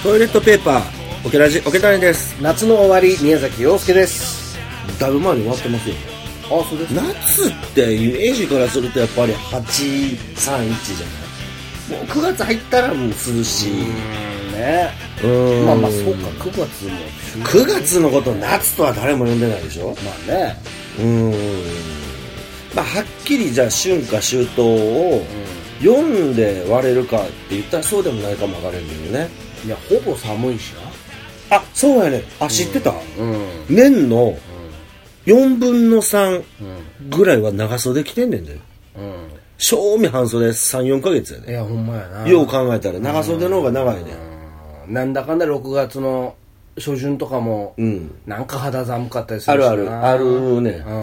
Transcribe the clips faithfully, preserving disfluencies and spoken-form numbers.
トイレットペーパーオケラジオケタネです。 夏の終わり宮崎陽介です。 だいぶ前に終わってますよ。 あ、そうです。 夏ってイメージからするとやっぱりはちさんいちじゃない。もうくがつ入ったらもう涼しい。 うーんね。 うんまあまあそうか、くがつもくがつのこと夏とは誰も呼んでないでしょ。 まあね。 うんまあはっきりじゃあ春夏秋冬を読んで割れるかって言ったらそうでもないかも分からんけどね。 いや、ほぼ寒いしあ、そうやね。あ、知ってた、 な。うん。 年のよんぶんのさんぐらいは長袖着てんねんで。 うん。 正味半袖さん、よんかげつやね。 いや、ほんまやな。 よう考えたら長袖の方が長いね。 うん。なんだかんだろくがつの初旬とかも、 うん。 なんか肌寒かったりするしな。 あるある。あるね。 うん。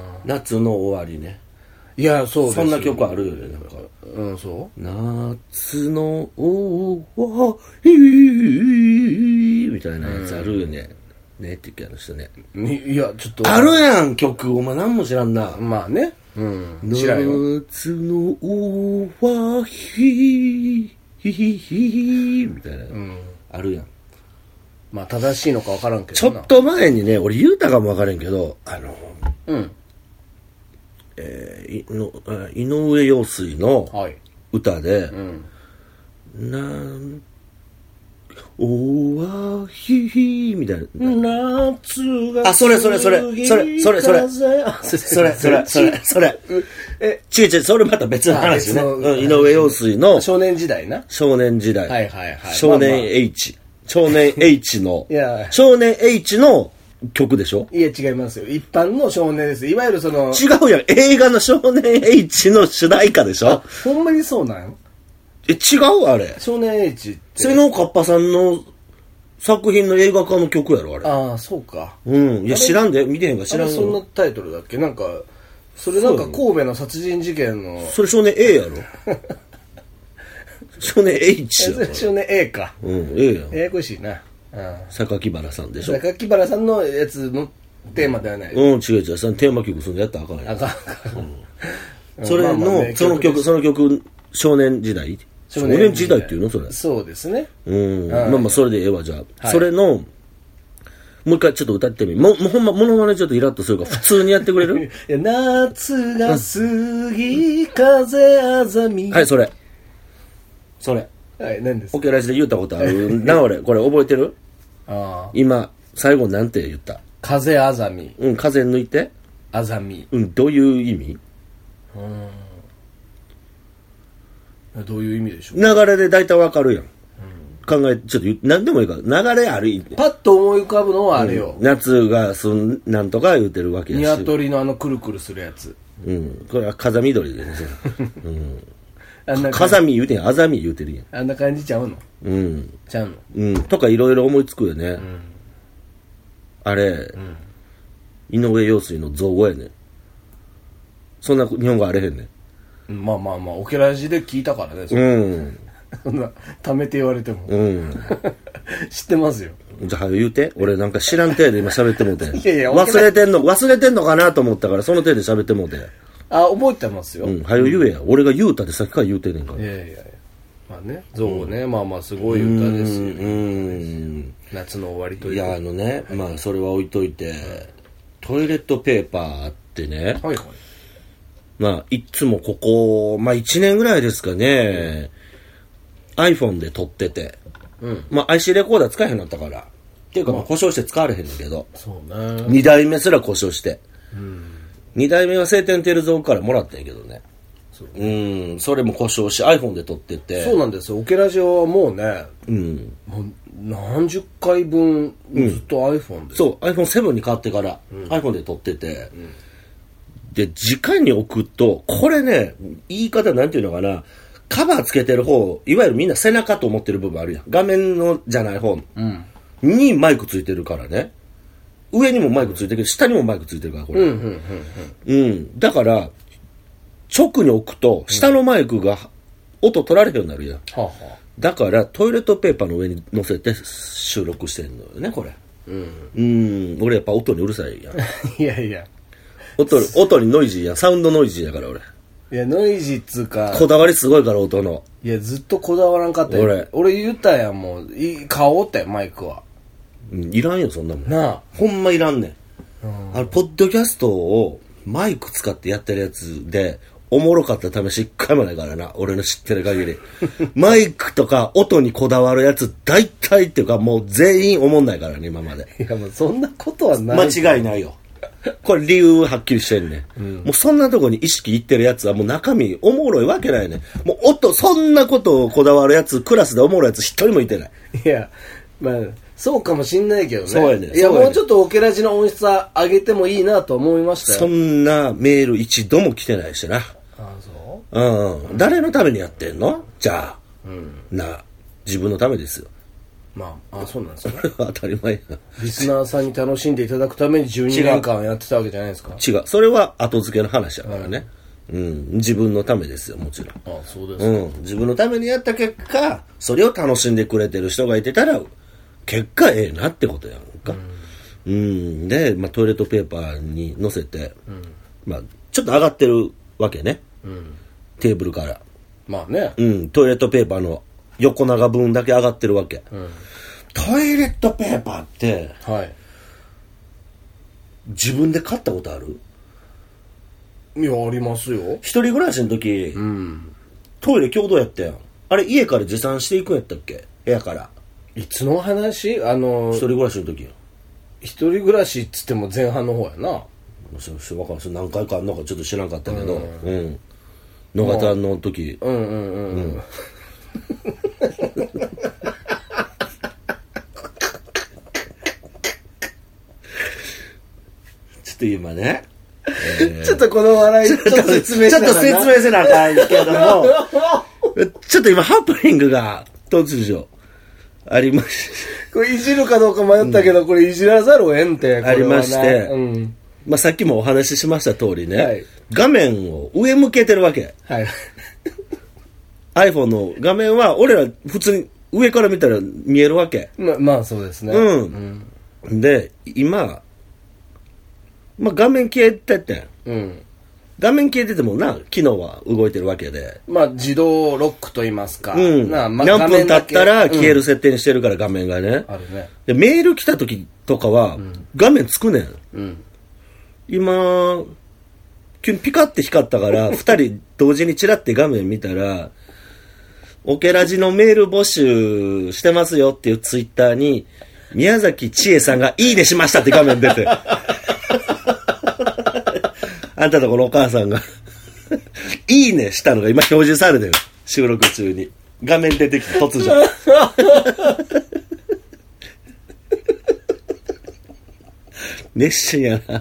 夏の終わりね。 いや、そうです。 そんな曲あるよね。なんかうん、そう。 夏の終わりみたいなやつあるよね。うん、ねって言うの人ね。 いや、ちょっと。 あるやん、曲。お前何も知らんな。 まあね。うん。知らんよ。 夏の終わりひひひひみたいな。うん。あるやん。 まあ正しいのか分からんけどちょっと前にね、俺言うたかも分からんけど、あの、 うん。 えー、いの井上陽水の歌で、はい、うん、なんおわひひみたいな夏があそれそれそれそれそれそれそれそれそれそれえ違う違うそれまた別の話ね、うん、井上陽水の少年時代な少年時代はいはいはい少年 H、まあまあ、少年 H のいや少年 H の曲でしょ。 いや違いますよ。一般の少年です。いわゆるその違うやん。映画の少年 H の主題歌でしょ。 ほんまにそうなんえ違うあれ。 少年 H って瀬能かっぱさんの作品の映画化の曲やろあれ。 ああそうか。 うんいや知らんで見てへんか知らんよ。 そんなタイトルだっけ。なんかそれなんか神戸の殺人事件のそれ少年 A やろ。少年 H やろ。 少年 A か。 うん A やん。 ややこしいな。 榊原さんでしょ。 榊原さんのやつのテーマではない。 うん違う違うそのテーマ曲そんなやったらあかんやん。 あかん、 うん、それの、まあまあね、その曲その曲少年時代少年時代っていうのそれ。 そうですね。 うんまあまあそれでええわじゃあ、はい、それのもう一回ちょっと歌ってみももうほんまモノマネちょっとイラッとするから普通にやってくれる？ いや夏が過ぎ、うん、風あざみはいそれそれはい、何ですか。 オケラジで言ったことあるな俺これ覚えてる？ あ今最後なんて言った？ 風あざみ。 うん風抜いてあざみ。 うんどういう意味？ うんどういう意味でしょう。 流れで大体わかるやん、うん、考えちょっと何でもいいから流れある意味パッと思い浮かぶのはあれよ、 うん、夏がそんなんとか言うてるわけやし鶏のあのくるくるするやつ。 うんこれは風緑でねうん風見言うてんあざみ言うてるやん。 あんな感じちゃうの？ うんちゃうの？ うんとかいろいろ思いつくよね、うん、あれ、うん、井上陽水の造語やねん。そんな日本語あれへんねん。まあまあまあオケラジで聞いたからねそうんそんな貯めて言われても、 うん、 知ってますよ。 じゃあ言うて俺なんか知らん程度今喋ってもうていやいや忘れてんの忘れてんのかなと思ったからその程度喋ってもうてあ覚えてますよ。 うんはよ言えや、うん、俺が言うたってさっきから言うてんねんから。 いやいやいやまあね造語ね、うん、まあまあすごい歌ですよ、ね、 うん夏の終わりという。 いやあのね、はい、まあそれは置いといて、うん、トイレットペーパーってね、 はいはい、 まあいつもここまあいちねんぐらいですかね、うん、iPhone で撮ってて、うん、まあ アイシー レコーダー使えへんなったからっていうかまあ故障して使われへんねんけど、 そうねにだいめすら故障して、 うんにだいめは晴天テレゾーからもらったんやけどね。そううんそれも故障し iPhone で撮ってて。 そうなんですよ。オケラジオはもうね、 うん、 もう何十回分ずっと iPhone で、うん、 そう アイフォンセブン に変わってから、うん、iPhone で撮ってて、うん、で直に置くとこれね言い方なんていうのかなカバーつけてる方いわゆるみんな背中と思ってる部分あるやん画面のじゃない方にマイクついてるからね。上にもマイクついてるけど下にもマイクついてるからこれ、うんうんうんうんうん、だから直に置くと下のマイクが音取られるようになるやん、うんはあ、だからトイレットペーパーの上に乗せて収録してんのよねこれ、うん、うん俺やっぱ音にうるさいやんいやいや音, 音にノイジーやんサウンドノイジーやから俺いや、ノイジーっつうか。 こだわりすごいから、音の。 いや、ずっとこだわらんかったよ。俺。俺言ったやん、もう。い買おうって、マイクは。 うん、いらんよ、そんなもん。 なあ。 ほんまいらんねん。うん、あの、ポッドキャストをマイク使ってやってるやつで、おもろかった試し一回もないからな。俺の知ってる限り。マイクとか音にこだわるやつ、大体っていうかもう全員おもんないからね、今まで。 いや、もうそんなことはない。 間違いないよ。これ理由はっきりしてんね、うん、もうそんなとこに意識いってるやつはもう中身おもろいわけないね。もう音、そんなことをこだわるやつ、クラスでおもろいやつ一人もいてない。 いや、まあ、そうかもしんないけどね。 そうやね。 いや、もうちょっとオケラジの音質上げてもいいなと思いましたよ。 そんなメール一度も来てないしな。ああ、そう。 うん。誰のためにやってんの？じゃあ、うん、な、自分のためですよ。 まあ、あ、そうなんですね。 当たり前や。 リスナーさんに楽しんでいただくためにじゅうにねんかんやってたわけじゃないですか。 違う。それは後付けの話やからね。うん。うん、自分のためですよ、もちろん。 あ、そうですか。 うん。自分のためにやった結果、それを楽しんでくれてる人がいてたら、結果ええなってことやんか。うん。うん、で、まあ、トイレットペーパーに乗せて、うん、まあ、ちょっと上がってるわけね。うん。テーブルから。 まあね。 うん。トイレットペーパーの横長分だけ上がってるわけ。うん。トイレットペーパーって、はい、自分で買ったことある？ いや、ありますよ。 一人暮らしの時、うん、トイレ共同やったやん。あれ家から持参していくんやったっけ？部屋から。 いつの話？あの一人暮らしの時やん。 一人暮らしっつっても前半の方やな。 分からん、それ何回かあんのかちょっと知らんかったけど、うん。うん、野方の時。 うんうんうん。うんちょっと今ね、 えー、ちょっとこの笑いちょっと説明しなちょっと説明せなあかんけどもちょっと今ハプニングが突如ありましてこれいじるかどうか迷ったけど、うん、これいじらざるをえんってありまして、うん、まあ、さっきもお話ししました通りね、はい、画面を上向けてるわけ、はい、iPhone の画面は俺ら普通に上から見たら見えるわけ。 ま, まあそうですね。 うん。うん、で、今、まあ画面消えてて、うん、画面消えててもな、機能は動いてるわけで。 まあ自動ロックと言いますか。 うん。なまあ、何分経ったら消える設定にしてるから、画面がね。 あるね。 で、メール来た時とかは、画面つくねん。うん。今、急にピカって光ったから、二人同時にチラって画面見たら、オケラジのメール募集してますよっていうツイッターに宮崎千恵さんがいいねしましたって画面出てあんたとこのお母さんがいいねしたのが今表示されてる。収録中に画面出てきて突如熱心やな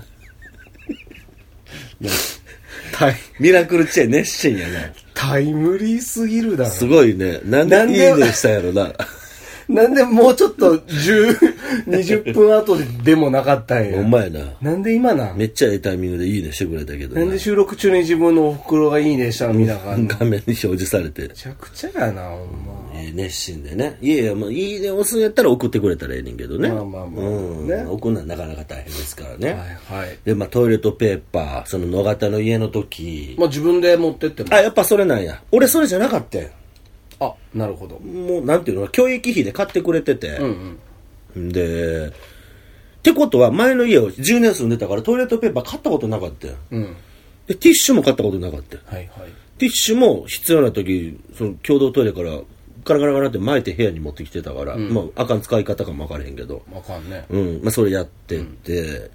ミラクルチェーン熱心やな。 タイムリーすぎるだろ。 すごいね。なんでいいねしたんやろな。 なんでもうちょっとじゅう、にじゅっぷん後でもなかったんや。 ほんまやな。 なんで今な。 めっちゃいいタイミングでいいねしてくれたけどな。 なんで収録中に自分のお袋がいいねしたの見ながら。 画面に表示されて。めちゃくちゃやな、ほんま。 えー、熱心でね。いやいや、まあ、いいね押すんやったら送ってくれたらええねんけどね。 まあまあまあ。 うん。ね、送るのはなかなか大変ですからね。 はいはい。 で、まあトイレットペーパー、その野方の家の時。 まあ自分で持ってっても。 あ、やっぱそれなんや。俺それじゃなかったよ。 あ、なるほど。 もうなんていうの、教育費で買ってくれてて、うんうん、でってことは前の家をじゅうねん住んでたからトイレットペーパー買ったことなかったよ、うん、でティッシュも買ったことなかったよ、はいはい、ティッシュも必要な時その共同トイレからガラガラガラって巻いて部屋に持ってきてたから、うん、まああかん使い方かも分からへんけどあかんね、 うんまあ、それやってて、うん、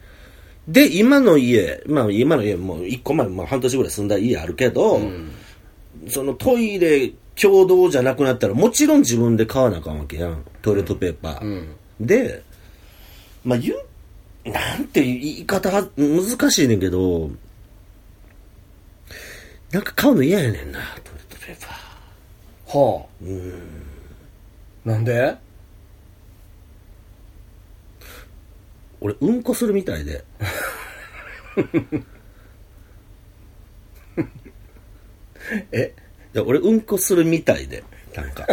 で今の家まあ今の家もういっこまえ、まあ、半年ぐらい住んだ家あるけど、うん、そのトイレ共同じゃなくなったらもちろん自分で買わなあかんわけやんトイレットペーパー、うんうん、でまあ言うなんて言い方は難しいねんけどなんか買うの嫌やねんなトイレットペーパーはあうんなんで俺うんこするみたいでえいや俺うんこするみたいでなんか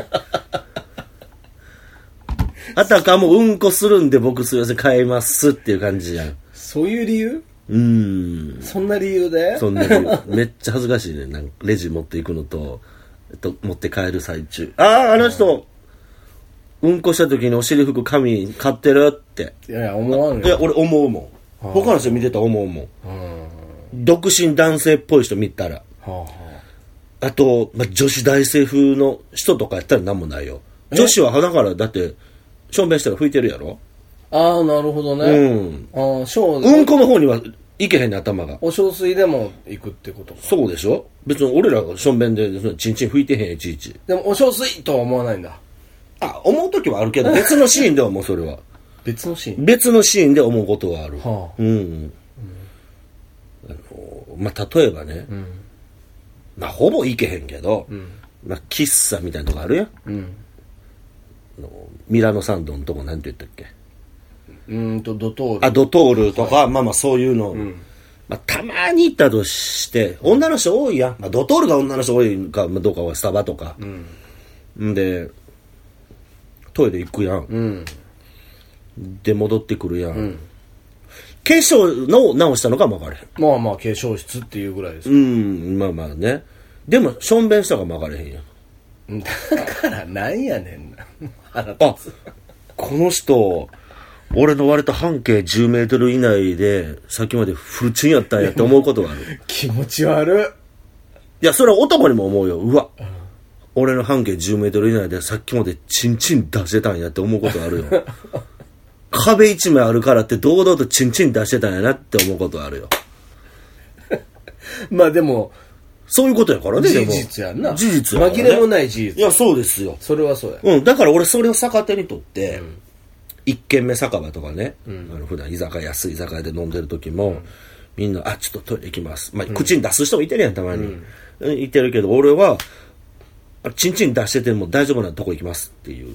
あたかもうんこするんで僕すいません買いますっていう感じじゃん。 そういう理由うーん。 そんな理由でそんな理由。めっちゃ恥ずかしいね。なんかレジ持っていくのと、えっと、持って帰る最中。ああ、あの人、うんこした時にお尻拭く紙買ってるって。 いやいや、思わんよ。 いや、俺思うもん。他の人見てたら思うもん。独身男性っぽい人見たら。はあはあ、あと、まあ、女子大生風の人とかやったら何もないよ。女子は鼻からだって、しょんべんしたら拭いてるやろ。 ああ、なるほどね。うん。ああ、しょう、 うんこの方にはいけへんね、頭が。 お小水でも行くってことか。 そうでしょ。別に俺らがしょんべんで、チンチン拭いてへん、いちいち。 でも、お小水とは思わないんだ。 あ、思うときはあるけど、別のシーンではもうそれは。 別のシーン別のシーンで思うことはある。はあ、うん。うん、あの、まあ、例えばね、うん、まあ、ほぼいけへんけど、うん、まあ、喫茶みたいなとこあるやん。うん、ミラノサンドのとこなんて言ったっけ。 うんと、ドトール。 あ、ドトールとか、はい、まあまあそういうの、うん、まあ、たまに行ったとして、女の人多いやん。まあ、ドトールが女の人多いかどうかはスタバとか。うん、んで、トイレ行くやん。うん、で、戻ってくるやん。うん、化粧の直したのかも分かれへん。 まあまあ、化粧室っていうぐらいです。 うん、まあまあね。でも、しょんべんしたかも分かれへんやん。だからなんやねんな。 あ、この人、俺の割と半径じゅうメートル以内で、さっきまでフルチンやったんやって思うことがある。 気持ち悪い。 いや、それは男にも思うよ。うわ。うん、俺の半径じゅうメートル以内でさっきまでチンチン出してたんやって思うことあるよ。壁一枚あるからって堂々とチンチン出してたんやなって思うことあるよ。 まあでも、 そういうことやからね、 事実やんな。 事実やから、 ね。紛れもない事実。 いや、そうですよ。 それはそうや。 うん、だから俺それを逆手にとって、うん、一軒目酒場とかね、うん、あの普段居酒屋、安い居酒屋で飲んでる時も、うん、みんな、あ、ちょっとトイレ行きます。まあ、うん、口に出す人もいてるやん、たまに。うん、言ってるけど、俺は、チンチン出してても大丈夫なとこ行きますっていう。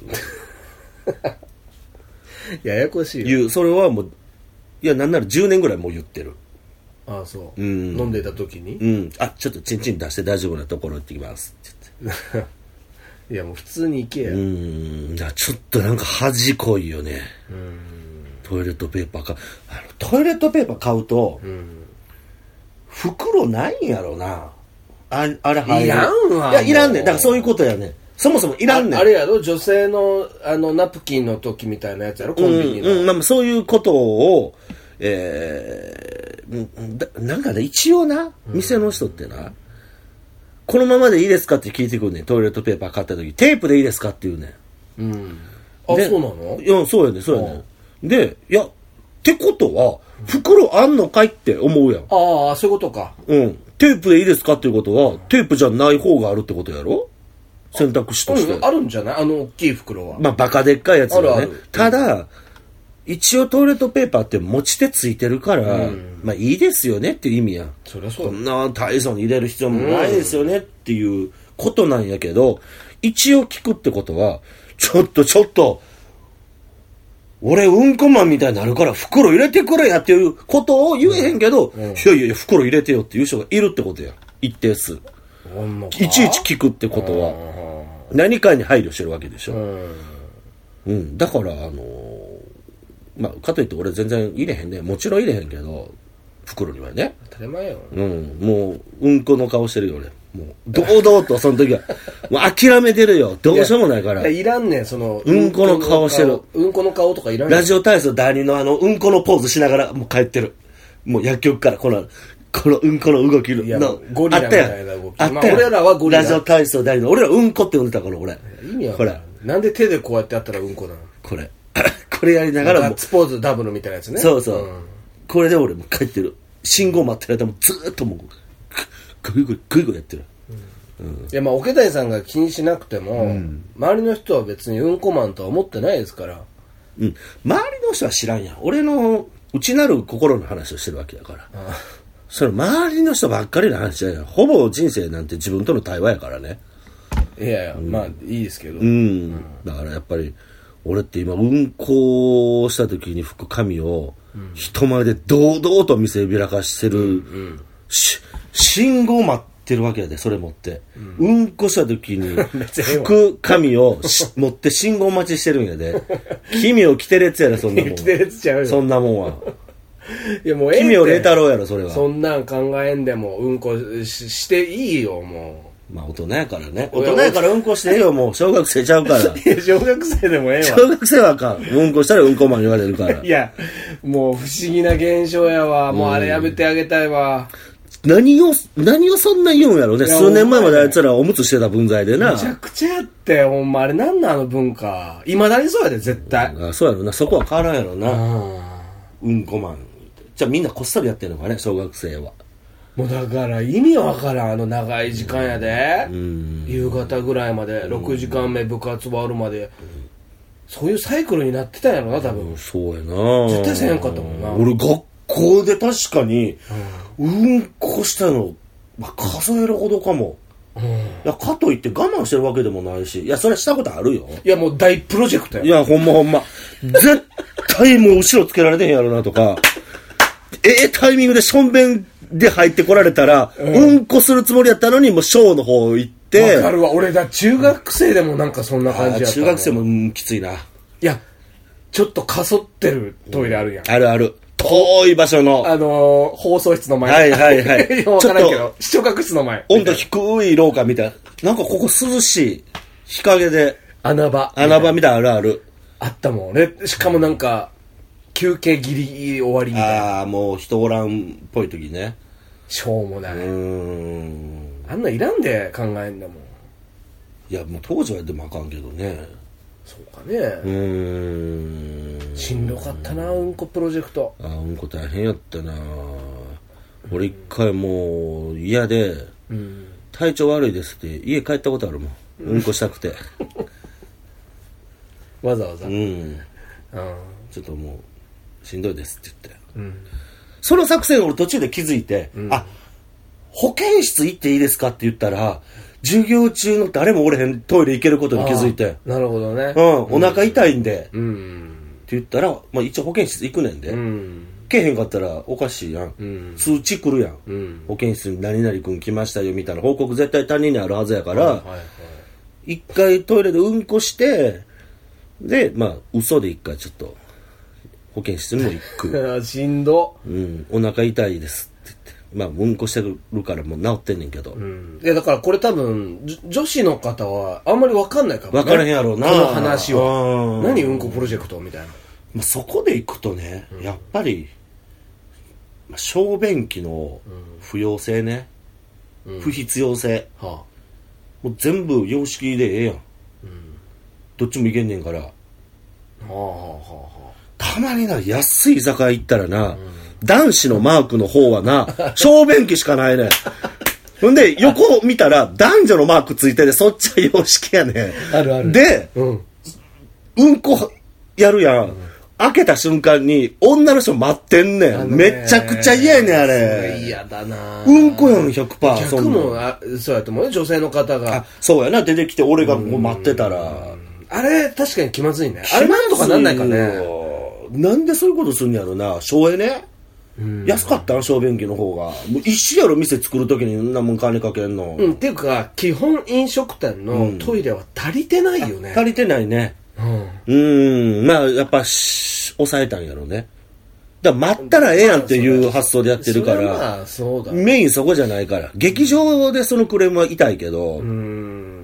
ややこしいよ。 言う、それはもう、いや、なんならじゅうねんぐらいもう言ってる。 ああ、そう。うん、飲んでた時にうん。あ、ちょっとチンチン出して大丈夫なところ行ってきますって言って。 いや、もう普通に行けや。 うん。いや、ちょっとなんか恥こいよね。うん。トイレットペーパーか。あの、トイレットペーパー買うと、うん、袋ないんやろな。あ、あれ入る。 いらんわ。 いや、いらんねん。だからそういうことやねん。そもそもいらんねん。 あ, あれやろ、女性のあのナプキンの時みたいなやつやろ、コンビニの。 うん、うん、まあそういうことを、えー、なんかね、一応な、店の人ってな、うん、このままでいいですかって聞いてくるねん。トイレットペーパー買った時、テープでいいですかって言うねん。うん。 あ、そうなの？ いや、そうやねん、そうやねん。で、いや、ってことは、袋あんのかいって思うやん。 ああ、そういうことか。 うん。テープでいいですかっていうことは、テープじゃない方があるってことやろ？選択肢として。 うん、あるんじゃない？あの大きい袋は。 まあ、バカでっかいやつだね。 あるある。 ただ、一応トイレットペーパーって持ち手ついてるから、うん、まあいいですよねっていう意味やん。 そりゃそう。 こんな大層に入れる必要もないですよねっていうことなんやけど、一応聞くってことは、ちょっとちょっと、俺うんこマンみたいになるから袋入れてくれやっていうことを言えへんけど、うんうん、いやいや袋入れてよっていう人がいるってことや。一定数。いちいち聞くってことは、何かに配慮してるわけでしょ。うん、うん。だから、あのー、まあ、かといって俺全然入れへんね。もちろん入れへんけど、袋にはね。 当たり前よ。 うん。もう、うんこの顔してるよ、俺。もう、堂々とその時は。もう諦めてるよ。どうしようもないから。 いや、いらんねん、その、 うんこの顔してる。 うんこの顔とかいらんねん。 ラジオ体操第二のあの、うんこのポーズしながら、もう帰ってる。もう薬局から、この、このうんこの動きの、 ゴリラみたいな動き。 あったやん。まあ、 俺らはゴリラ。 ラジオ体操第二の。俺らうんこって呼んでたから、俺。 意味わかんない。なんで手でこうやってやったらうんこなの？ これ。これやりながらも。 ガッツポーズダブルみたいなやつね。 そうそう。うん、これで俺も帰ってる。信号待ってる間もずーっともう、グイグイ、グイグイやってる。 うんうん、いや、まあ、桶谷さんが気にしなくても、うん、周りの人は別にうんこマンとは思ってないですから。 うん。周りの人は知らんやん。俺の内なる心の話をしてるわけだから。ああ、それ周りの人ばっかりの話じゃない。ほぼ人生なんて自分との対話やからね。 いやいや、うん、まあいいですけど。 うん。うん、だからやっぱり、俺って今、うんこをした時に拭く紙を、人前で堂々と見せびらかしてる、うんうん、し信号待ってるわけやで、それ持って。うん、うんこした時に、拭く紙を持って信号待ちしてるんやで。君を着てるやつやで、そんなもん。 着てるやつちゃうよ。 そんなもんは。 いやもうええって。 君を礼太郎やろ、それは。 そんなん考えんでも、うんこ し, していいよ、もう。まあ大人やからね。大人やからうんこしてええよ、もう。小学生ちゃうから。いや、小学生でもええわ。 小学生はあかん。うんこしたらうんこマン言われるから。 いや、もう不思議な現象やわ。もうあれやめてあげたいわ。 何を、何をそんな言うんやろね。数年前まであいつらおむつしてた分際でな。 めちゃくちゃやって、ほんま。あれなんなんあの文化。未だにそうやで、絶対。 あ、そうやろな。そこは変わらんやろな。うんこマン。じゃあみんなこっそりやってるのかね、小学生は。 もうだから意味わからん、あの長い時間やで。夕方ぐらいまで、ろくじかんめ部活終わるまで。そういうサイクルになってたんやろな、多分。 うん、そうやな。 絶対せへんかったもんな。 俺学校で確かに、うん、うんこしたの、まあ、数えるほどかも。うん、いや、かといって我慢してるわけでもないし、いや、それしたことあるよ。 いや、もう大プロジェクトや。 いや、ほんまほんま。絶対もう後ろつけられてへんやろなとか、ええタイミングでしょんべんで入ってこられたら、うん、うんこするつもりやったのに、もうショーの方行って。 わかるわ。俺だ、中学生でもなんかそんな感じやった。 中学生も、うん、きついな。いや、ちょっとかそってるトイレあるやん。 うん、あるある。遠い場所の。 あのー、放送室の前。 はいはいはい。 わからんけど、視聴覚室の前。 温度低い廊下みたいな。なんかここ涼しい。日陰で。 穴場。 穴場みたいなあるある。 あったもんね。しかもなんか、休憩ギリギリ終わりみたいな。 ああ、もう人おらんっぽい時ね。 しょうもない。うーん。あんないらんで考えんだもん。 いや、もう当時はでもあかんけどね。 そうかね。 うーん。 しんどかったな、うんこプロジェクト。 ああ、うんこ大変やったな。俺一回もう嫌で、うん、体調悪いですって家帰ったことあるもん。うんこしたくて。 わざわざ。 うん。あちょっともうしんどいですって言って。うん、その作戦を俺途中で気づいて、うん、あ、保健室行っていいですかって言ったら、授業中の誰もおれへんトイレ行けることに気づいて。 なるほどね。 うん、お腹痛いんで。うん。って言ったら、まあ一応保健室行くねんで。うん。来へんかったらおかしいやん。うん。通知来るやん。うん。保健室に何々君来ましたよみたいな報告絶対他人にあるはずやから、はいはいはい、一回トイレでうんこして、で、まあ嘘で一回ちょっと保健室にも行く。 しんど。 うん。お腹痛いですって言って。まあ、うんこしてるからもう治ってんねんけど。うん、 いや、だからこれ多分、女子の方はあんまり分かんないかもね。 分からへんやろうな。 この話は。何うんこプロジェクトみたいな。 まあ、そこで行くとね、うん、やっぱり、まあ、小便器の不要性ね。うん、不必要性。はあ、もう全部様式でええやん。うん、どっちもいけんねんから。はあはあはあ、たまにな、安い居酒屋行ったらな、うん男子のマークの方はな、小便器しかないね。ほんで、横見たら、男女のマークついてて、そっちは様式やね。 あるある。 で、うん、うんこやるやん。うん、開けた瞬間に、女の人待ってんねん。めちゃくちゃ嫌やねん、あれ。 嫌だなうんこやん、ひゃくパーセント。 逆もあ、そうやと思うよ、女性の方が。あ、 そうやな、出てきて、俺がもう待ってたら。 あれ、確かに気まずいね。あれなんとかなんないかね。 なんでそういうことすんのやろな。省エネ安かったん小便器の方が。もう一緒やろ店作るときにそんなもん金かけんの。 うん、っていうか、基本飲食店のトイレは足りてないよね。 うん、足りてないね。うん。うん、まあ、やっぱ、抑えたんやろね。だから待ったらええやんっていう発想でやってるから。まあ、そうだ。メインそこじゃないから。劇場でそのクレームは痛いけど。うん。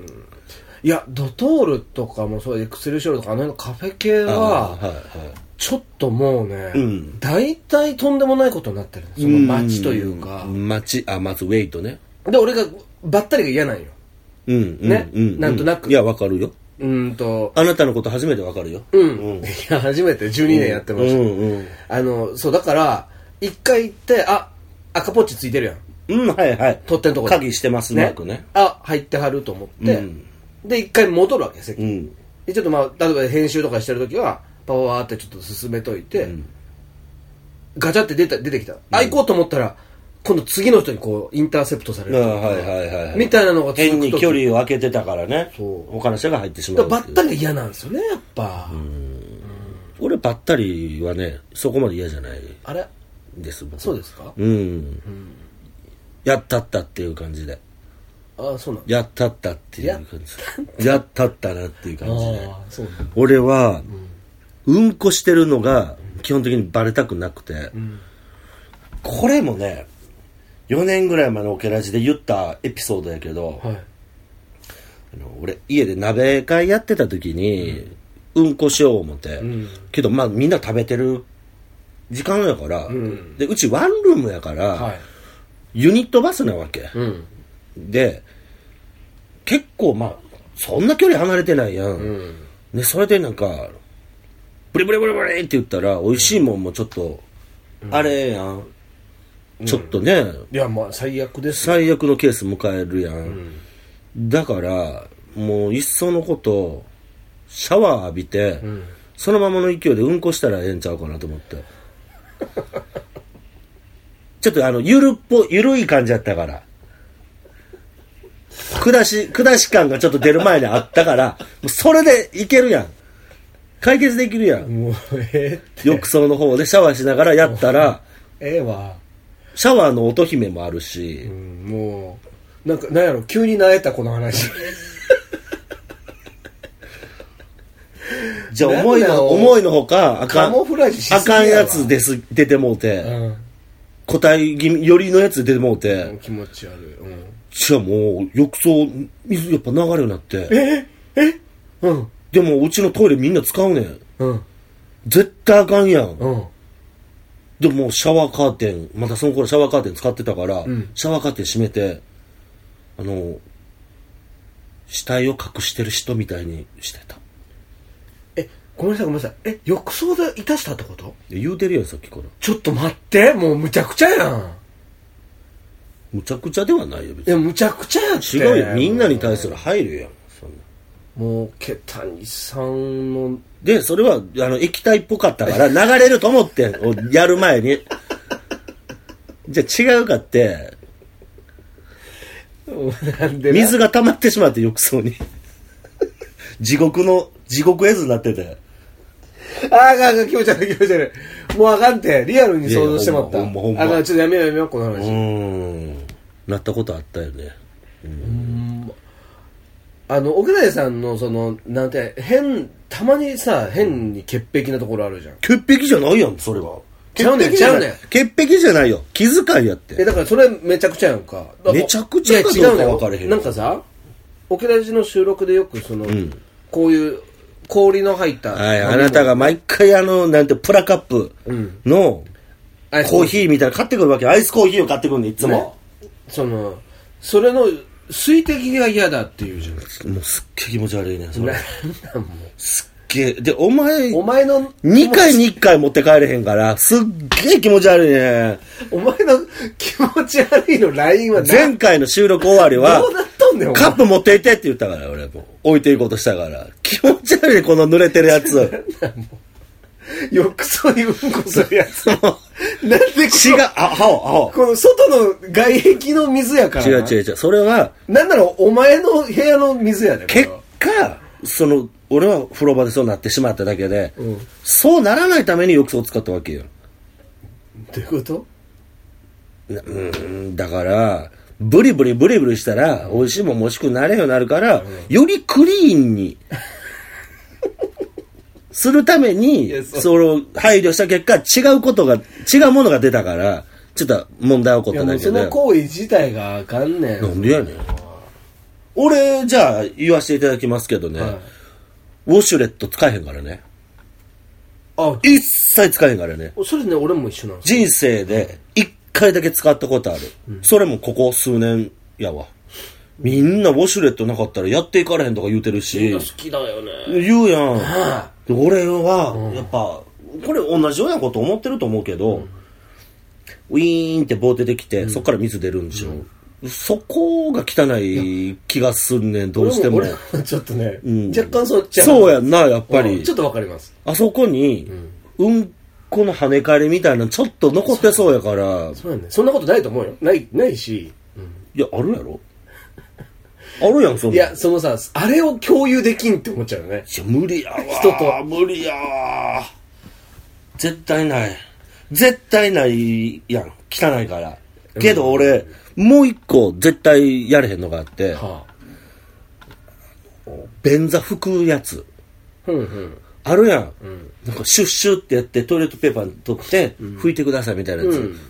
いや、ドトールとかもそう、エクセルショールとかあのカフェ系は、はいはい。ちょっともうね、うん、大体とんでもないことになってる。その街というか。 街、あ、まずウェイトね。 で、俺が、ばったりが嫌なんよ。うん。ね。うん、なんとなく。 いや、わかるよ。 うんと。 あなたのこと初めてわかるよ。 うん。うん、いや、初めてじゅうにねんやってました。うんうんうん、あの、そう、だから、一回行って、あ、赤ポッチついてるやん。 うん、はいはい。 取っ手のところ鍵してますね。ね。 あ、入ってはると思って、うん、で、一回戻るわけ、席。うん、で、ちょっとまあ、例えば編集とかしてるときは、パワーってちょっと進めといて、うん、ガチャって出た出てきた、うん、あ、行こうと思ったら今度次の人にこうインターセプトされる、 はいはいはい、 みたいなのが続くと変に距離を空けてたからね。そう他の人が入ってしまう。 ばったりが嫌なんですよね、やっぱ。うん、うん、 俺ばったりはねそこまで嫌じゃない。 あれです僕。 そうですか。 うん、うん、やったったっていう感じで。 ああ、そうなんやったったっていう感じ。やったったなっていう感じで。 あそうなん俺は、うんうんこしてるのが基本的にバレたくなくて、うん、 これもねよねんぐらい前のオケラジで言ったエピソードやけど、はい、あの俺家で鍋会やってた時に、うん、うんこしよう思って、うん、けどまあみんな食べてる時間やから、うん、でうちワンルームやから、はい、ユニットバスなわけ、うん、で結構まあそんな距離離れてないやん、うん、でそれでなんかブリブリブリブリって言ったら美味しいもんもちょっと、うん、あれやん、うん、ちょっとね、 いやまあ最悪です、 ね、最悪のケース迎えるやん、うん、だからもういっそのことシャワー浴びて、うん、そのままの勢いでうんこしたらええんちゃうかなと思ってちょっとあのゆるっぽゆるい感じやったから下し下し感がちょっと出る前にあったからもうそれでいけるやん、解決できるやん。もうええ浴槽の方でシャワーしながらやったらええわ。 シャワーの音姫もあるし、 うん、もうなんかなんやろ急に慣れたこの話じゃあ思いの思いのほかあかんカモフラージュしすぎやわ、 あかんやつです出てもうて、うん、個体気味よりのやつ出てもうて、 うん、気持ち悪い、うん、 じゃあもう浴槽水やっぱ流れるようになってええうんでもうちのトイレみんな使うねん、うん、絶対あかんやん、うん、でももうシャワーカーテンまたその頃シャワーカーテン使ってたから、うん、シャワーカーテン閉めてあの死体を隠してる人みたいにしてた。 えごめんなさいごめんなさいえ浴槽でいたしたってこと？ 言うてるやんさっきから。 ちょっと待ってもうむちゃくちゃやん。 むちゃくちゃではないよ別に。 いやむちゃくちゃやって。 違うよみんなに対する配慮やんそんな。 もうケタニさんのでそれはあの液体っぽかったから流れると思ってやる前にじゃあ違うかってなんで水が溜まってしまって浴槽に地獄の地獄絵図になっててあああかん気持ち悪い気持ち悪いもうあかんってリアルに想像してまった。ほんまほんまほんまあちょっとやめようやめようこの話。うーんなったことあったよね。うーんあの奥田さんのそのなんて変たまにさ変に潔癖なところあるじゃん。 潔癖じゃないやんそれは。 ちゃうねんちゃうねん。 潔癖じゃないよ気遣いやって。 えだからそれめちゃくちゃやんか。 めちゃくちゃかどうか分からへん。 なんかさ奥田の収録でよくその、うん、こういう氷の入った、 はい、あなたが毎回あのなんてプラカップの、うん、コーヒーみたいな買ってくるわけ。アイスコーヒーを買ってくるのいつも、 ね、そのそれの水滴が嫌だっていうじゃん。 もうすっげえ気持ち悪いねそれ。なんもうすっげえでお前お前のにかいにいっかい持って帰れへんからすっげえ気持ち悪いね。 お前の気持ち悪いのラインは前回の収録終わりはどうなっとんねんカップ持っていてって言ったから俺も置いていこうとしたから気持ち悪いこの濡れてるやつ浴槽にうんこするやつなんでこ違うあはおあおこの外の外壁の水やから違う違う違うそれはなんならお前の部屋の水やで結果その俺は風呂場でそうなってしまっただけで、うん、そうならないために浴槽を使ったわけよ。 どういうこと？ うんだからブリブリブリブリしたら美味しいもんも欲しくなれるようになるから、うん、よりクリーンにするためにその配慮した結果違うことが違うものが出たからちょっと問題起こっただけで。 その行為自体があかんねん。 なんでやねん。俺じゃあ言わせていただきますけどね、はい、ウォシュレット使えへんからね。あ一切使えへんからね。 それね俺も一緒なんですよ。人生で一回だけ使ったことある、うん、それもここ数年やわ。みんなウォシュレットなかったらやっていかれへんとか言うてるし。みんな好きだよね言うやん、はあ、で俺はやっぱこれ同じようなこと思ってると思うけど、うん、ウィーンって棒出てきて、うん、そっから水出るんでしょ、うん、そこが汚い気がすんねんどうしても。 俺も俺もちょっとね、うん、若干そっちそうやんなやっぱり、 うん、ちょっとわかります。 あそこに、うん、うんこの跳ね返りみたいなちょっと残ってそうやから。 そうやね。そんなことないと思うよ。ないないし、 うん、いやあるやろあるやんそんな。 いやそのさあれを共有できんって思っちゃうよね。 いや無理やわ人と無理やわ絶対ない絶対ないやん汚いからけど俺、うん、もう一個絶対やれへんのがあって、はあ、便座拭くやつ、うんうん、あるやん、うん、なんかシュッシュってやってトイレットペーパー取って拭いてくださいみたいなやつ、うん、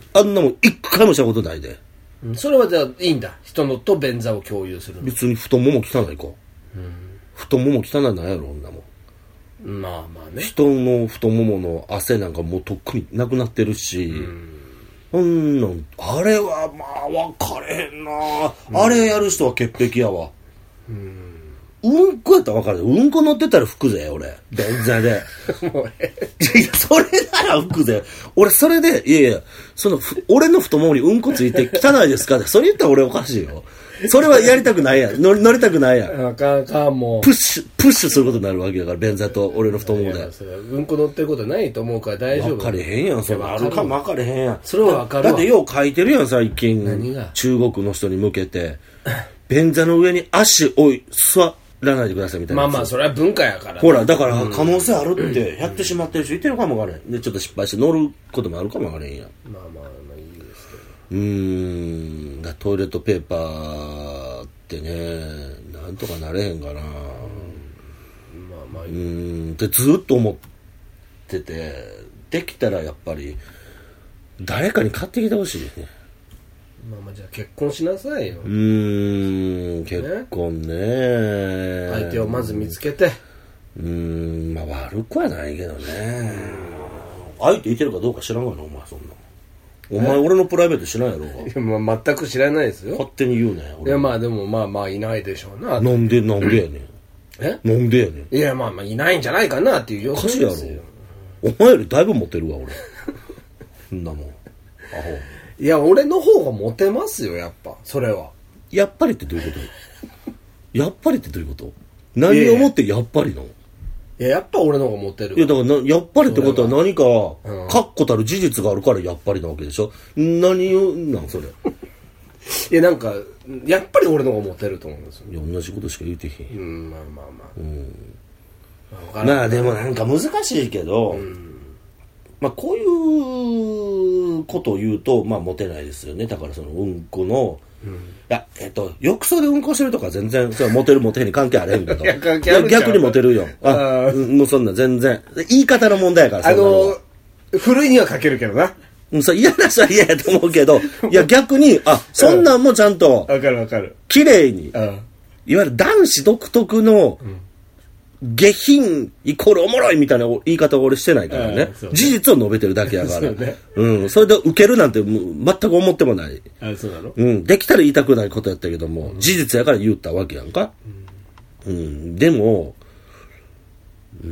あんなもん一回もしたことないで。 うん、それはじゃあいいんだ。人のと便座を共有するの。 別に太もも汚いか。うん、太もも汚いなんやろ、女も。 まあまあね。 人の太ももの汗なんかもうとっくになくなってるし、うん、んあれはまあ分かれへんな、うん、あれやる人は潔癖やわ。うん、うんこやったら分かる。うんこ乗ってたら拭くぜ、俺。便座で。もうえいや、それなら拭くぜ。俺、それで、いやいや、その、俺の太ももにうんこついて汚いですかって、それ言ったら俺おかしいよ。それはやりたくないやん。乗り、乗りたくないやん。 あかんあかん、もう。 プッシュ、プッシュすることになるわけだから、便座と俺の太ももで。 うんこ乗ってることないと思うから大丈夫。 分かれへんやん、それ。あるかも分かれへんやん。 それは分かるわ。 だってよう書いてるやん、最近。 何が中国の人に向けて。便座の上に足を座らないでくださいみたいな。 まあまあ、それは文化やから、ね。 ほら、だから可能性あるってやってしまってる人いてるかもわからへん。で、ちょっと失敗して乗ることもあるかもわからへんやん。 まあまあ、まあいいですけど。 うーん。だトイレットペーパーってね、なんとかなれへんかな。うん、まあまあいい。うーん。ってずっと思ってて、できたらやっぱり、誰かに買ってきてほしいね。 まあまあじゃあ結婚しなさいよ。 うーん、結婚ね。 相手をまず見つけて。 うーん、まあ悪くはないけどね。相手いてるかどうか知らんがな、お前そんな。お前俺のプライベート知らんやろうが。 いや、まあ全く知らないですよ。 勝手に言うね。 いやまあでもまあまあいないでしょうな。 なんで、なんでやねん。 えなんでやねん。 いやまあまあいないんじゃないかなっていう予想ですよ。 お前よりだいぶモテるわ、俺。そんなもん。アホ。 いや、俺の方がモテますよ、やっぱ。それは。 やっぱりってどういうことやっぱりってどういうこと何をもってやっぱりのいや、やっぱ俺の方がモテる。 いや、だからな、やっぱりってことは何か、確固たる事実があるからやっぱりなわけでしょ。何を、なんそれ。 いや、なんか、やっぱり俺の方がモテると思うんですよ。 いや、同じことしか言うてへん。 うん、まあまあまあ。うん。 まあ、まあ、でもなんか難しいけど、うん、まあこういうことを言うと、まあモテないですよね。だからそのうんこの、うん、いや、えっと、浴槽でうんこしてるとか全然、それモテるモテへんに関係あれへんけど。いや、関係あるんちゃう。いや、逆にモテるよ。ああ、もうそんな全然。言い方の問題やから、 あの、ふるいにはかけるけどな。 うん、そう、嫌な人は嫌やと思うけど、いや、逆に、あ、そんなんもちゃんと、 わかるわかる。 綺麗に、いわゆる男子独特の、下品イコールおもろいみたいな言い方を俺してないからね。ね、事実を述べてるだけやから。ね、うん。それで受けるなんて全く思ってもない。 あ、そうなの？ うん。できたら言いたくないことやったけども、うん、事実やから言ったわけやんか。うん。うん、でも、うん、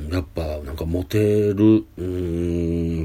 やっぱなんかモテる、うん、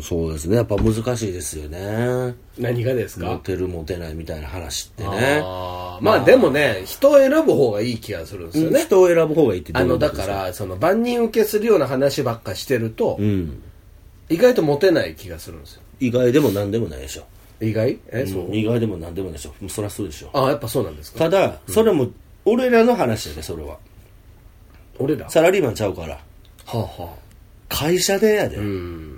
そうですね。やっぱ難しいですよね。 何がですか？ モテるモテないみたいな話ってね。 あまあ、まあでもね、人を選ぶ方がいい気がするんですよね。 人を選ぶ方がいいってどういうことですか？ あの、だから、その万人受けするような話ばっかしてると、うん、意外とモテない気がするんですよ。 意外でも何でもないでしょ。 意外？え、そう、 うん、意外でも何でもないでしょ。もうそりゃそうでしょ。 ああ、やっぱそうなんですか。 ただ、それも、俺らの話やで、それは。 俺らサラリーマンちゃうから。 はあはあ、 会社でやで、 うん、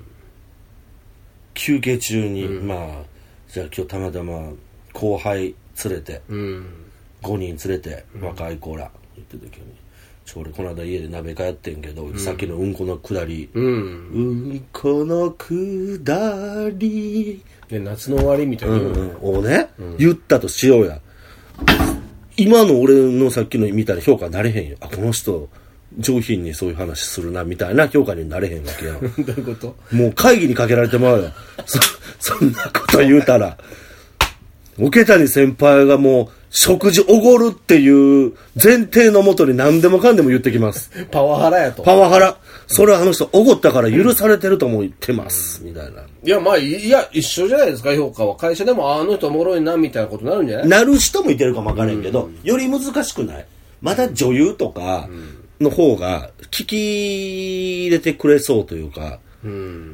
休憩中に、うん、まあじゃあ今日たまたま後輩連れて、うん、ごにん連れて、うん、若い子ら言ってた時にちょ俺この間家で鍋かやってんけど、うん、さっきのうんこのくだり、うん、うんこのくだりで夏の終わりみたいな、うんうん、をね、うん、言ったとしようや。今の俺のさっきの見たら評価なれへんよ。あ、この人上品にそういう話するなみたいな評価になれへんわけやん。 どういうこと？ もう会議にかけられてまうよ。そ、そんなこと言うたら。桶谷先輩がもう食事おごるっていう前提のもとに何でもかんでも言ってきます。 パワハラやと。 パワハラ。それはあの人おごったから許されてると思ってます。うん、みたいな。いや、まあ、いや、一緒じゃないですか、評価は。会社でもあの人おもろいなみたいなことになるんじゃない？ なる人もいてるかもわからんけど、うん、より難しくない？まだ女優とか、うんの方が聞き入れてくれそうというか、 うん、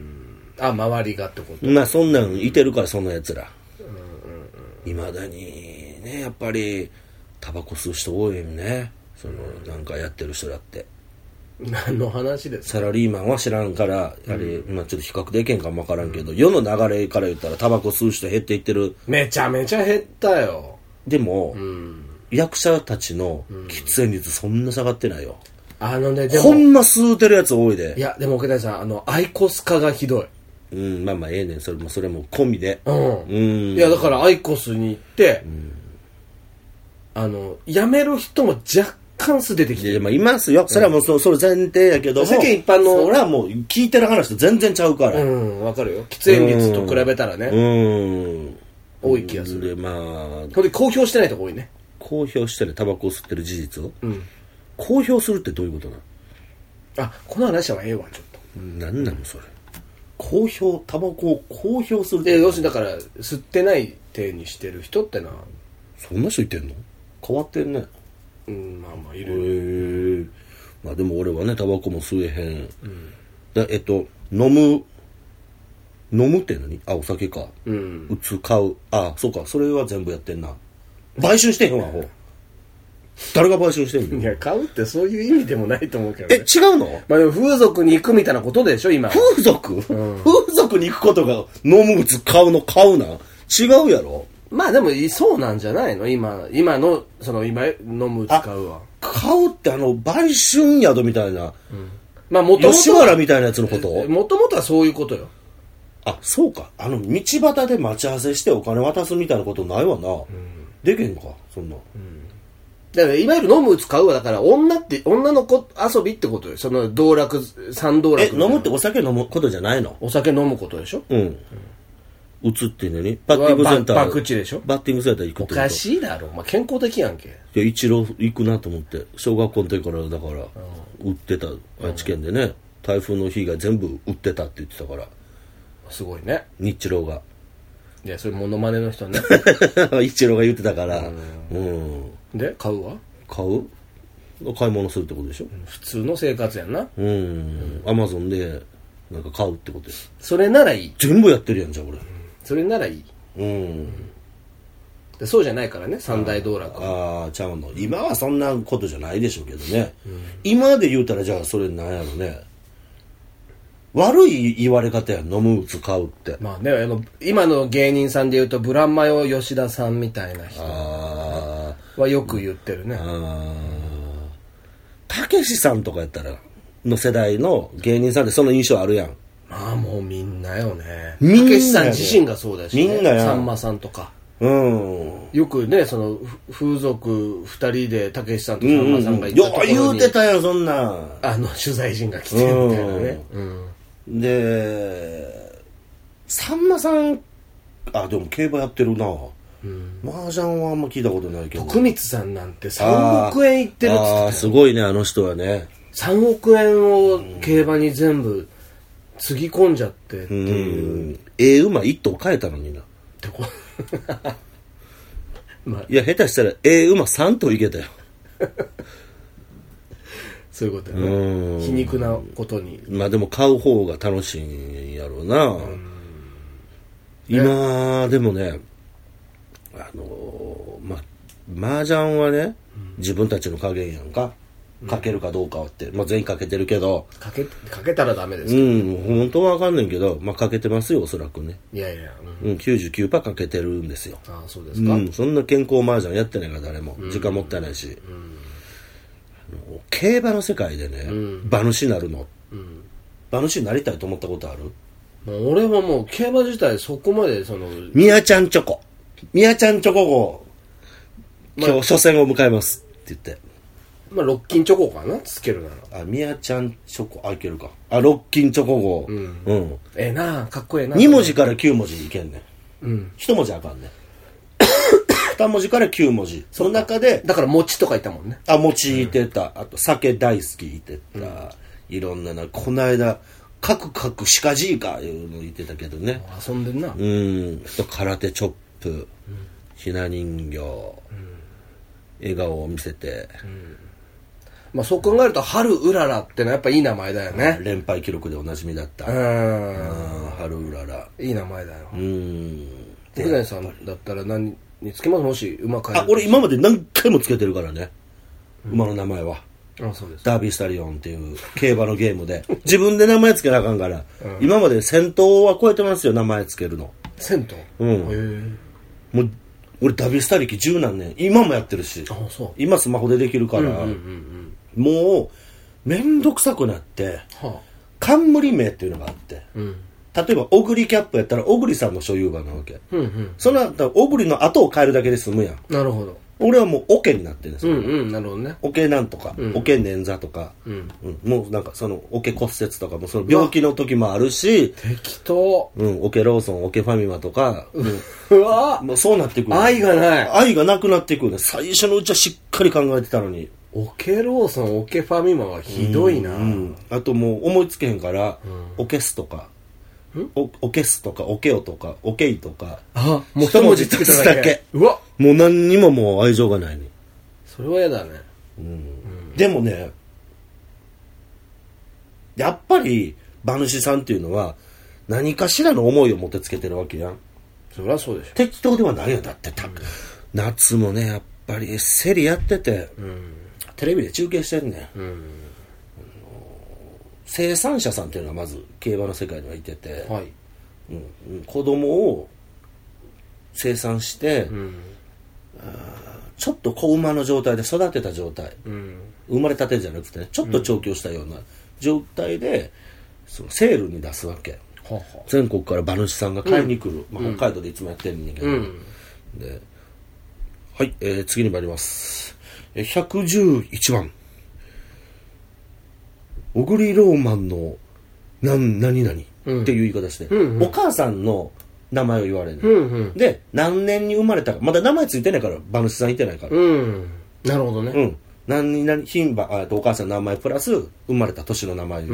あ、周りがってこと？ まあそんなんいてるからそんなやつら、いま、うんうん、だにねやっぱりタバコ吸う人多いよね。そのなんかやってる人だって。 何の話ですか？ サラリーマンは知らんからあれ、うん、まあちょっと比較できんかもわからんけど、うん、世の流れから言ったらタバコ吸う人減っていってる。 めちゃめちゃ減ったよ。 でも、うん、役者たちの喫煙率そんな下がってないよ。 あのね、でもほんま吸うてるやつ多いで。 いや、でも奥田さん、あの、アイコス化がひどい。 うん、まあまあええねん、それもそれも込みで。 うん。うん、いやだからアイコスに行って、うん、あの辞める人も若干数出てきてる。 いやまあいますよ。それはもう そ,、うん、それ前提やけども。 世間一般の。 それはもう聞いてる話と全然ちゃうから。 うん、わかるよ。喫煙率と比べたらね。 うん。 多い気がする。 でまあ。 これ公表してないとこ多いね。 公表してるタバコを吸ってる事実を。うん。公表するってどういうことなの？ あ、この話はええわちょっと。 何なのそれ。公表、タバコを公表するって。 え、要するにだから吸ってない体にしてる人ってのは。 そんな人いてんの？変わってんね。 うん、まあまあいる。 へえ。まあでも俺はねタバコも吸えへん。うん、だえっと飲む飲むって何？あ、お酒か。うん。打つ買う。あ、そうか。それは全部やってんな。買収してへんわほ。誰が買収してんの？ いや買うってそういう意味でもないと思うけど、ね。 え違うの？ まあでも風俗に行くみたいなことでしょ今。 風俗？うん、風俗に行くことが飲む打つ買うの買うな。違うやろ。 まあでもそうなんじゃないの今今のその今飲む使うは買うってあの売春宿みたいな、うん、 まあ元々 吉原みたいなやつのこともともとはそういうことよ。 あそうかあの道端で待ち合わせしてお金渡すみたいなことないわな、うん、でけんのかそんな、うん、 だからいわゆる飲む使うはだから女って女の子遊びってことよ。その道楽三道楽え飲むってお酒飲むことじゃないの？ お酒飲むことでしょ。うん、うん打つってね、バッティングセンター。 バクチでしょ。 バッティングセンター行くってこと。 おかしいだろ。まあ、健康的やんけ。 いや、一郎行くなと思って。小学校の時からだから、売ってた、愛知県でね、台風の日が全部売ってたって言ってたから。 すごいね。 日郎が。 いや、それモノマネの人ね。 一郎が言ってたから。うん。 で、買うわ？ 買う？買い物するってことでしょ。 普通の生活やんな。 うん。アマゾンで、なんか買うってことです。 それならいい。 全部やってるやんじゃん、俺。 それならいい、うん、でそうじゃないからね三大道楽ああちゃうの今はそんなことじゃないでしょうけどね、うん、今で言うたらじゃあそれなんやろね悪い言われ方や飲む打つ買うってまあねあの今の芸人さんで言うとブランマヨ吉田さんみたいな人はよく言ってるねたけしさんとかやったらの世代の芸人さんでその印象あるやんまあもうみんなよね。たけしさん自身がそうだし、ね、みんなやさんまさんとか。うん。よくね、その風俗二人でたけしさんとさんまさんが行ったところに、 うん、よう言うてたよそんな。 あの取材陣が来てるみたいなね。うん。 うん、で、さんまさんあでも競馬やってるな。うん、麻雀はあんま聞いたことないけど。 徳光さんなんてさんおくえんいってるっつってたよ。 ああすごいねあの人はね。 さんおくえんを競馬に全部。つぎ込んじゃってっていう。 ええ馬一頭変えたのにな。まあ、いや下手したらええ馬三頭いけたよ。 そういうことやね。皮肉なことに。 まあでも買う方が楽しいんやろうな。う今でもねあのー、まあ麻雀はね、うん、自分たちの加減やんか。かけるかどうかはって、まあ、全員かけてるけどかけ、かけたらダメですけど、うん、本当は分かんないけど、まあ、かけてますよおそらくねいやいや、 うん、きゅうじゅうきゅうパーセント かけてるんですよああそうですか、 うん、そんな健康麻雀やってないから誰も、うん、時間もったいないし、うん、競馬の世界でね、うん、馬主になるの、うん、馬主になりたいと思ったことある？ 俺はもう競馬自体そこまでそのみやちゃんチョコみやちゃんチョコ号今日初戦を迎えますって言ってまあ、ロッキンチョコかなつけるなら。あ、みやちゃんチョコ、あ、いけるか。あ、ロッキンチョコ号。うん。うん。 ええなかっこええな。 に文字からきゅう文字いけんねん。うん。いち文字あかんねん。に文字からきゅう文字。その中で。 だから餅とか言ったもんね。 あ、餅言ってた。うん、あと、酒大好き言ってた。うん、いろんなな、この間、カクカクシカジーかいうの言ってたけどね。 遊んでんな。 うん。あと、空手チョップ。うん、ひな人形。うん、笑顔を見せて。うんまあ、そう考えると春うららってのはやっぱいい名前だよね。 連敗記録でおなじみだった。うん春うららいい名前だよ。うん福谷さんだったら何につけます？もし馬飼える。 あ俺今まで何回もつけてるからね、うん、馬の名前は。 あそうですダービースタリオンっていう競馬のゲームで自分で名前つけなあかんから、うん、今まで戦闘は超えてますよ名前つけるの。 戦闘うんへもう俺ダービースタリキ十何年今もやってるしあそう今スマホでできるから、うんうんうんうんもうめんどくさくなって、はあ、冠名っていうのがあって、うん、 例えば小栗キャップやったら小栗さんの所有馬なわけ、 うんうん、 その小栗の後を変えるだけで済むやん。 なるほど。 俺はもうオケになってるんですよ。 うんうん、なるほどね。 オケなんとか、 うん、 オケ捻挫とか、 うんうん、もうなんかそのオケ骨折とかもその病気の時もあるし、 適当。 うん、オケローソン、オケファミマとか、 う, うわもうそうなってくる。 愛がない。 愛がなくなってくるね。最初のうちはしっかり考えてたのに。 オケローソン、オケファミマはひどいな。 うんうん、あともう思いつけへんから、うん、オケスとか、おオケスとか、オケオとか、オケイとか。 あ、もう一文字つけただけ。だけうわ、もう何にももう愛情がないね。 それは嫌だね、 うんうん、でもねやっぱり馬主さんっていうのは何かしらの思いを持ってつけてるわけやん。 そりゃそうでしょ。 適当ではないよ。だってた、うん、夏もねやっぱり競りやってて、うん、テレビで中継してんねん、うん、生産者さんっていうのはまず競馬の世界にはいてて、はい、うん、子供を生産して、うん、ちょっと子馬の状態で育てた状態、うん、生まれたてじゃなくてねちょっと調教したような状態で、そのセールに出すわけ、はは全国から馬主さんが買いに来る、うんまあ、北海道でいつもやってるんだけど、うん、ではい、えー、次に参ります。ひゃくじゅういちばん小栗ローマンの何何々、うん、っていう言い方して、うんうん、お母さんの名前を言われる、うんうん、で何年に生まれたかまだ名前ついてないから馬主さんいてないから、うん、 なるほどね、 うん、何々牝馬あお母さんの名前プラス生まれた年の名前、うん、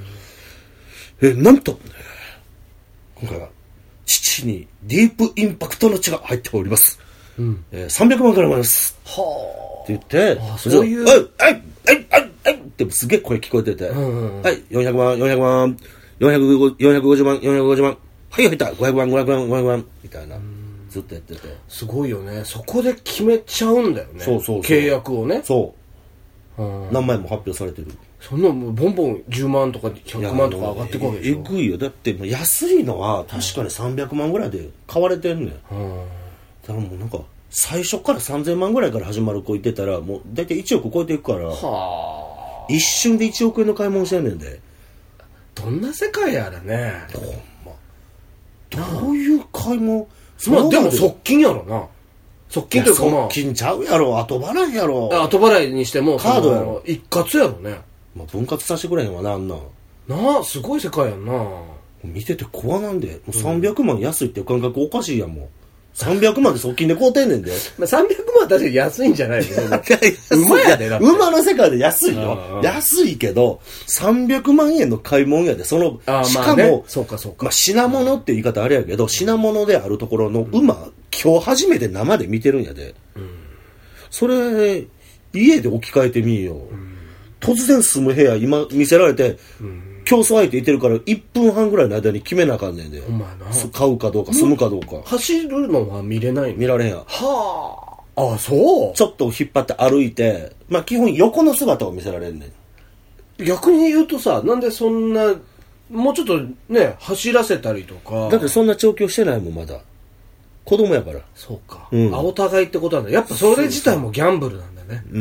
えなんと今回は父にディープインパクトの血が入っております、うんえー、さんびゃくまんからまいますはって言ってあそういうはいはいはいはいはいってすげえ声聞こえてて、うんうん、はいよんひゃくまんよんひゃくまんよんひゃくごじゅうまんよんひゃくごじゅうまんはい入ったごひゃくまんごひゃくまんごひゃくまんみたいなずっとやっててすごいよね。そこで決めちゃうんだよね。そうそうそう契約をね。 そう何枚も発表されてる。 そんなもうボンボンじゅうまんとかひゃくまんとか上がっていくわけでしょ。 えぐいよ。だって安いのは確かにさんびゃくまんぐらいで買われてんねん。だからもうなんか最初からさんぜんまんぐらいから始まる子いてたらもう大体いちおく超えていくからは一瞬でいちおくえんの買い物してんねんで。 どんな世界やらね。 ほんまどういう買い物。 まあでも側近やろな。側近というかまあ側近ちゃうやろ。後払いやろ。 後払いにしてもカードやろ。 一括やろね。 まあ分割させてくれへんわなあんな。 なあすごい世界やんな。 見てて怖なんで。もうさんびゃくまん安いっていう感覚おかしいやんもう。さんびゃくまんで側近で買うてんねんで。 まあさんびゃくまんは確かに安いんじゃないの馬やでだって。 馬の世界で安いよ。安いけど、さんびゃくまんえんの買い物やで、その、 あしかも、 ね、そうかそうか。 まあ品物って言い方あれやけど、品物であるところの馬、うん、今日初めて生で見てるんやで。うん、それ、家で置き換えてみよう。うん、突然住む部屋今見せられて、うん競争相手いてるからいっぷんはんぐらいの間に決めなあかんねんで。お前な。買うかどうか、住むかどうか。 走るのは見れないの？ 見られへんやん。 はあ。あ、そうちょっと引っ張って歩いて、まあ基本横の姿を見せられんねん。逆に言うとさ、なんでそんな、もうちょっとね、走らせたりとか。 だってそんな調教してないもん、まだ。子供やから。 そうか。うん。あ、お互いってことなんだ。やっぱそれ自体もギャンブルなんだね。 うん。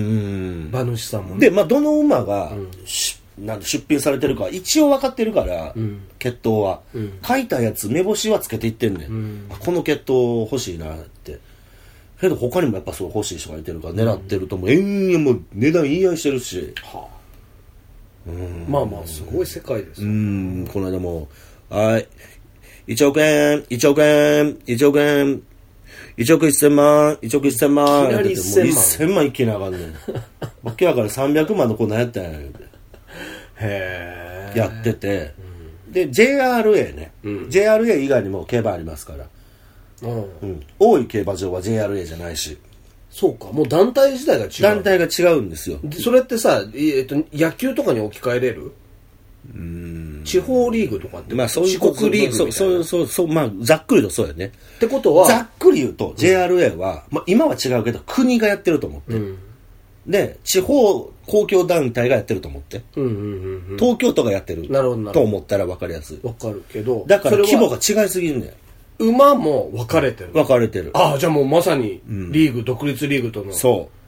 馬主さんもね。 で、まあどの馬が、うんなん出品されてるか一応分かってるから、うん、血統は、うん、書いたやつ目星はつけていってんねん、うん、この血統欲しいなってけど他にもやっぱそう欲しい人がいてるから狙ってるともう延々もう値段言い合いしてるし、はあ、うんまあまあすごい世界ですよ、 ね、うんこの間もはいいちおくえんいちおくえんいちおくえんいちおくせんまんいちおくせんまんいきなりせんまんいっせんまんいけなあかんねんわけやからさんびゃくまんの子何やったんやねんへやってて、うん、で ジェイアールエー ね、うん、ジェイアールエー 以外にも競馬ありますから、うんうん、多い競馬場は ジェイアールエー じゃないしそうかもう団体自体が違う団体が違うんですよ。 それってさ、えっと、野球とかに置き換えれるうーん地方リーグとかって、 まあ、そういう四国リーグみたいなそうそうそうまあざっくりとそうやねってことはざっくり言うと ジェイアールエー は、うんまあ、今は違うけど国がやってると思って、うんで地方公共団体がやってると思って、うんうんうんうん、東京都がやってると思ったら分かりやすい。 分かるけどだから規模が違いすぎるんだよ。 馬も分かれてる分かれてる。 ああじゃあもうまさにリーグ、うん、独立リーグとのそ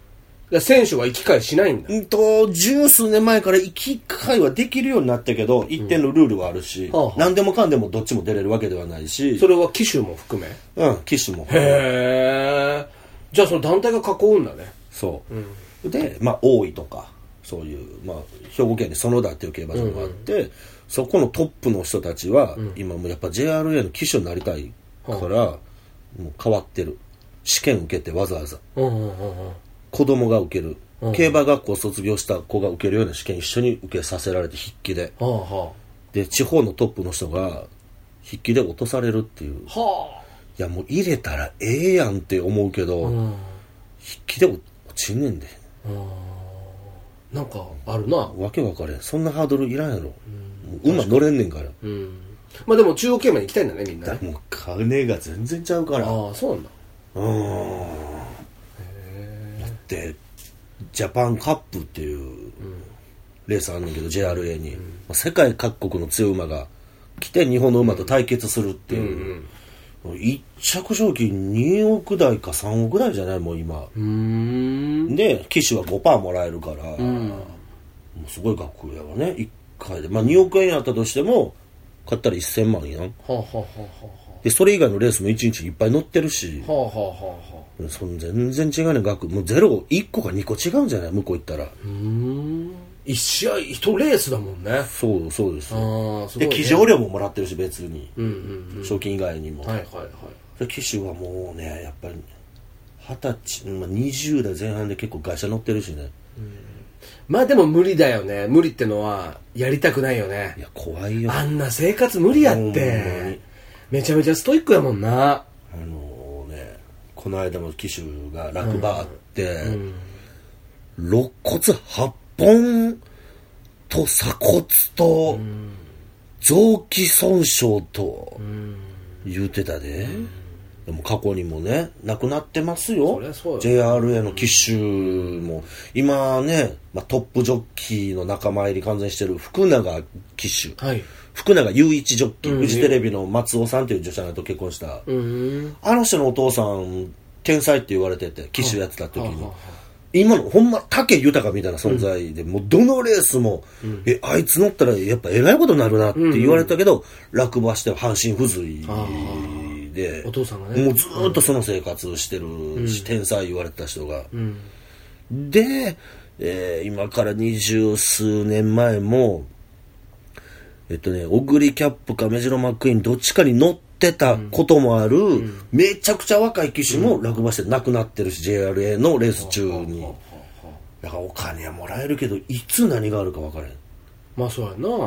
ら選手は行き来しないんだ。 うんと、十数年前から行き来はできるようになったけど、一定のルールはあるし、うんはあはあ、何でもかんでもどっちも出れるわけではないし。 それは騎手も含め？ うん、騎手も含め。へー。じゃあその団体が囲うんだね。 そう。うん、で、まあ、大井とか、そういう、まあ、兵庫県に園田っていう競馬場があって、うんうん、そこのトップの人たちは、うん、今もやっぱ ジェイアールエー の騎手になりたいから、はあ、もう変わってる。試験受けてわざわざ。うんうんうんうん、子供が受ける。競馬学校卒業した子が受けるような試験一緒に受けさせられて筆記で、はあはあ、で地方のトップの人が筆記で落とされるっていう、はあ、いやもう入れたらええやんって思うけど、うん、筆記で落ちんねんで、 うん、なんかあるな、 わけ分かれん、そんなハードルいらんやろ、うん、馬乗れんねんから、うん、 まあでも中央競馬に行きたいんだねみんなね。 もう金が全然ちゃうから。 ああそうなんだ。うん、 だってジャパンカップっていうレースあんねんけど、 ジェイアールエー に、うん、世界各国の強い馬が来て日本の馬と対決するっていう、うんうん、一着賞金におく台かさんおく台じゃないもう今。うーんで騎手は ごパーセント もらえるから、うん、もうすごい額やわねいっかいで、まあ、におくえんやったとしても買ったらせんまんやん、はあはあはあ、でそれ以外のレースもいちにちいっぱい乗ってるし、はあはあはあ、その全然違うね額、もうゼロいっこかにこ違うんじゃない向こう行ったら。うーんいち試合いちレースだもんね。 そうそうですよ。あすごい、ね、で騎乗料ももらってるし別に、うんうんうん、賞金以外にも、はいはいはい、で騎手はもうねやっぱりはたち、まあ、にじゅう代前半で結構会社乗ってるしね、うん、 まあでも無理だよね。無理ってのはやりたくないよね。 いや怖いよ、 あんな生活無理やって。めちゃめちゃストイックやもんな。 あのー、ねこの間も騎手が落馬あって、うんうん、肋骨はっぽんと鎖骨と臓器損傷と言うてたで、うん、でも過去にもね亡くなってますよ。 ジェイアールエー の騎手も今ね、まあ、トップジョッキーの仲間入り完全してる福永騎手、はい、福永雄一ジョッキー、うん、フジテレビの松尾さんという女者と結婚した、うん、あの人のお父さん天才って言われてて騎手やってた時に、今のほんま武豊みたいな存在で、うん、もうどのレースも、うん、えあいつ乗ったらやっぱえらいことになるなって言われたけど、うんうん、落馬して半身不随でお父さんがねもうずっとその生活してるし、うん、天才言われてた人が、うん、で、えー、今から二十数年前もえっとねオグリキャップかメジロマックイーンどっちかに乗ってたこともある、うん、めちゃくちゃ若い騎手も落馬して亡くなってるし、 ジェイアールエー のレース中に、だからお金はもらえるけどいつ何があるか分からへん。 まあそうやな、うん、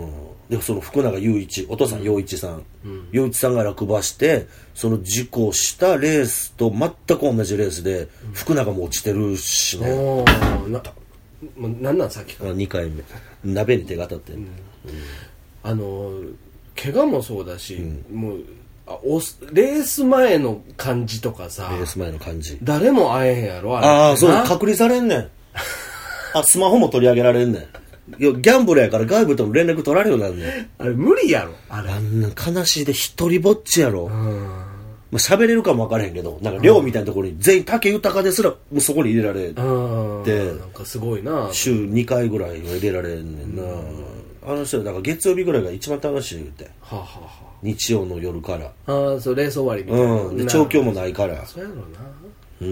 でその福永雄一お父さん雄一さん、うん、雄一さんが落馬してその事故したレースと全く同じレースで、うん、福永も落ちてるしね、 うん、ななんなんさっきからにかいめ鍋に手が当たってる、うんうん、 あの怪我もそうだし、うん、もうあおレース前の感じとかさ、 レース前の感じ誰も会えへんやろあれ。 ああそう隔離されんねんあスマホも取り上げられんねん。いやギャンブルやから外部とも連絡取られるようになるねん。 あれ無理やろあれ。 あんな悲しいで一人ぼっちやろ。うんまあ、喋れるかも分からへんけどなんか寮みたいなところに全員武豊ですらもうそこに入れられて、 なんかすごいな週にかいぐらい入れられんねんな。あの人だから月曜日ぐらいが一番楽しい言うて、はあはあ、日曜の夜からああそうレース終わりみたいな、 うん、で調教もないからそうやろな、うん、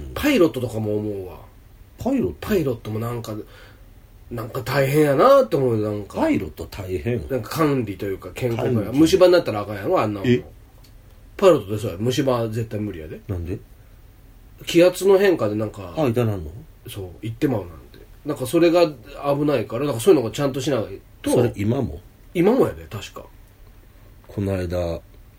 パイロットとかも思うわ。 パイロットパイロットもなんかなんか大変やなって思う。なんかパイロット大変なんか管理というか健康が虫歯になったらあかんやろあんなの。パイロットでそうや虫歯は絶対無理やで。 なんで気圧の変化でなんかあ痛なんのそう言ってまうなんてなんかそれが危ないからなんかそういうのがちゃんとしないと。 それ今も今もやで確か。 この間ちょ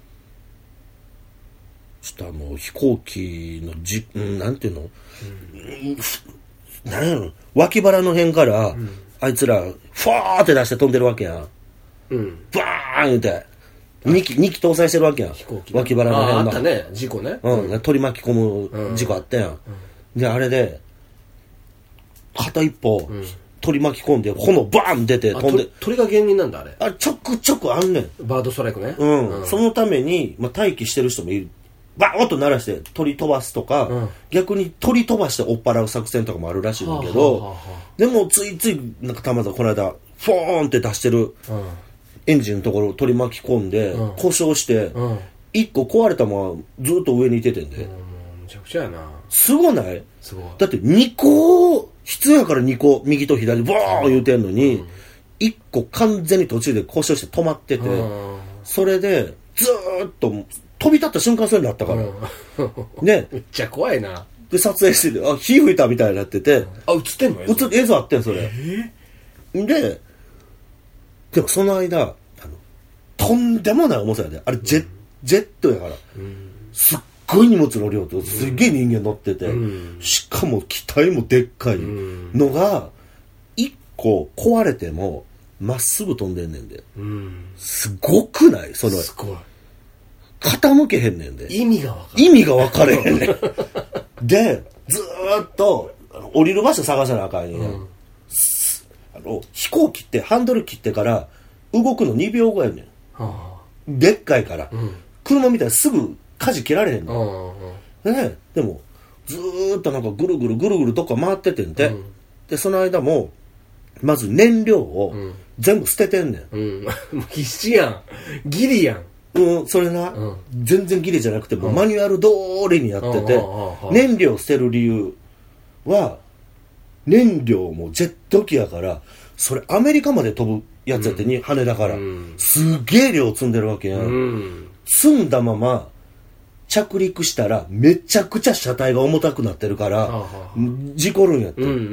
っとあの飛行機のじ、うん、なんていうの、うん、なんやろ脇腹の辺から、うん、あいつらファーって出して飛んでるわけやん、うん、バーン言うてにきにき搭載してるわけやん飛行機脇腹の辺のああったね事故ね、 うんうん、取り巻き込む事故あったやん、うんうん、であれで片一方、うん取り巻き込んで炎バーン出て飛んで鳥が原因なんだあれ。 あれちょくちょくあんねんバードストライクね、 うんうん、そのために、まあ、待機してる人もいるバーッと鳴らして鳥飛ばすとか、 うん、 逆に鳥飛ばして追っ払う作戦とかもあるらしいんだけど、はあはあはあ、でもついついなんかたまたまこの間フォーンって出してる、うん、エンジンのところを取り巻き込んで、うん、故障して、うん、いっこ壊れたままずっと上にいててんで、うん、 むちゃくちゃやな。 すごない？ すごい。 だってにこ必要やからにこ右と左ボーン言うてんのに、うん、いっこ完全に途中で故障して止まってて、うん、それでずーっと飛び立った瞬間そうになったから、うん、ね、 めっちゃ怖いな。 で撮影してて、あ、火吹いたみたいになってて、うん、 あ、映ってんの？映っ映像あってんそれ、えー、ででもその間あのとんでもない重さやで、あれジェ、うん、ジェットやから、うん、すっごい荷物の量とすっげえ人間乗ってて、うん、しかも機体もでっかいのがいっこ壊れてもまっすぐ飛んでんねんで、うん、すごくない？そのすごい傾けへんねんで、 意味が分かる意味が分かれへんねんでずーっと降りる場所探さなあかんねん、うん、あの飛行機ってハンドル切ってから動くのにびょうごやねん、はあ、でっかいから、うん、車みたいにすぐ舵切られへんの、うんうんね、でもずーっとなんかぐるぐるぐるぐるどっか回っててんて、うん、でその間もまず燃料を全部捨ててんねん、うん、 もう必死やん、ギリやん、 うん、それな、うん、全然ギリじゃなくてもうマニュアル通りにやってて、うん、燃料捨てる理由は燃料もジェット機やからそれアメリカまで飛ぶやつやってに、うん、羽だから、うん、すげえ量積んでるわけやん、うん、積んだまま着陸したらめちゃくちゃ車体が重たくなってるから事故るんやって、うんうんうんうん、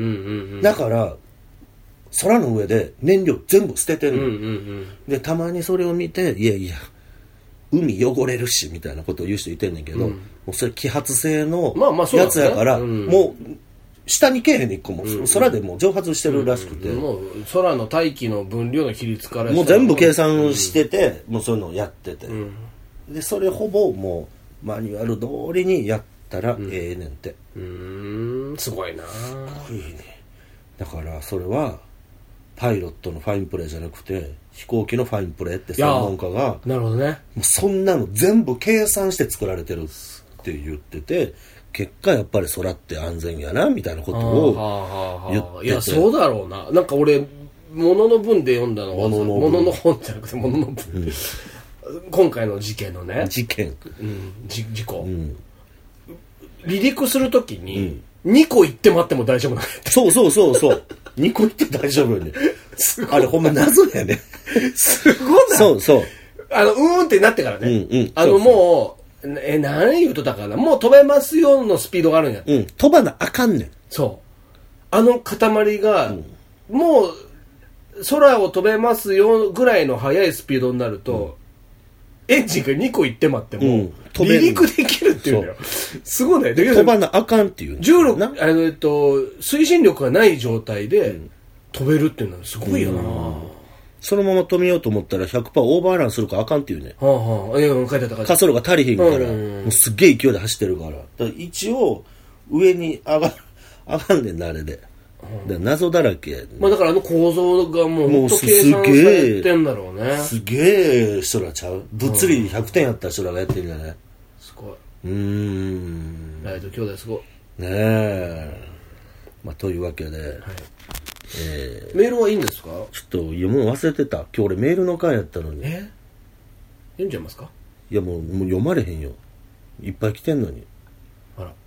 だから空の上で燃料全部捨ててるの、うんうんうん、でたまにそれを見ていやいや海汚れるしみたいなことを言う人いてんねんけど、うん、もうそれ揮発性のやつやから、まあまあね、うん、もう下にけえへんねんいっこも、うん、空でもう蒸発してるらしくて、うんうん、 もう空の大気の分量の比率からもう全部計算してて、うん、もうそういうのをやってて、うん、でそれほぼもうマニュアル通りにやったらええねんて、 うん、うーんすごいな、 すごいね。だからそれはパイロットのファインプレーじゃなくて飛行機のファインプレーって専門家がなるほどね、 もうそんなの全部計算して作られてるって言ってて、結果やっぱり空って安全やなみたいなことを言ってて、 いやそうだろうな。なんか俺物の文で読んだのは物の物の本じゃなくて物の文、うん、今回の事件のね事件、 うん、事故、うん、離陸するときににこ行って待っても大丈夫なんだって。 そうそうそうそうにこ行って大丈夫やねあれほんま謎やねすごいな。 そうそうあのうーんってなってからね、 うんうん、 あのもうえ何言うとったかな、もう飛べますよのスピードがあるんや、 うん、飛ばなあかんねん。 そうあの塊が、うん、もう空を飛べますよぐらいの速いスピードになると、うん、エンジンがにこ行って待っても、うん、離陸できるっていうんだよ。すごいね。 飛ばなあかんっていう、ね、 重力あの、えっと、推進力がない状態で飛べるっていうのはすごいよな、うん、 そのまま止めようと思ったら ひゃくパーセント オーバーランするからあかんっていうね。 はあはあ、いや書いてあった滑走路が足りひんから、うんうんうん、もうすっげえ勢いで走ってるから。だから一応上に上が上がんねんなあれで。だ謎だらけ、ね、 まあだからあの構造がもうもう計算されてんだろうね。 すげえ人らちゃう。物理ひゃくてんやった人らがやってるんじゃない。 すごい。 うーん。 ライト兄弟すごい。ねえ。まあというわけで、はい、 えー、メールはいいんですか。ちょっと読むの忘れてた。今日俺メールの回やったのに。 え？読んじゃいますか。 いやもう、もう読まれへんよ。いっぱい来てんのに。 あら。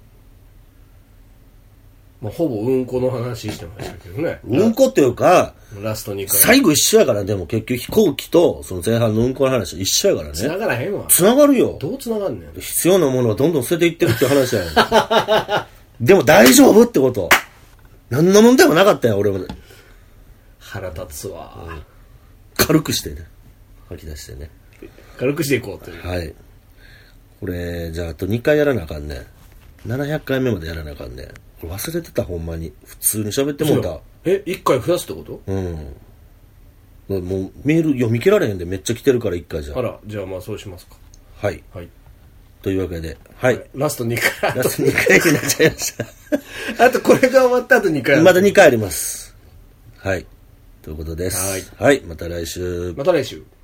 まあ、ほぼうんこの話してましたけどね。 うんこっていうか、 ラストにかい。 最後一緒やから、でも結局飛行機とその前半のうんこの話一緒やからね。 繋がらへんわ。 繋がるよ。 どう繋がんねん。 必要なものはどんどん捨てていってるって話やん。でも大丈夫ってこと。何の問題もなかったよ、俺まで。 腹立つわ、うん。 軽くしてね。吐き出してね。 軽くしていこうという。 はい。これ、じゃああとにかいやらなあかんね。ななひゃっかいめまでやらなあかんね。これ忘れてた、ほんまに。普通に喋ってもうた。 え、いっかい増やすってこと？ うん。もうメール読み切られへんで、めっちゃ来てるからいっかいじゃ。 あら、じゃあまあそうしますか。 はい。 はい。 というわけで、はい。はい、 ラストにかい。 ラストにかいになっちゃいました。 あとこれが終わった後にかい。 まだにかいあります。はい。ということです。はい。はい。また来週。 また来週。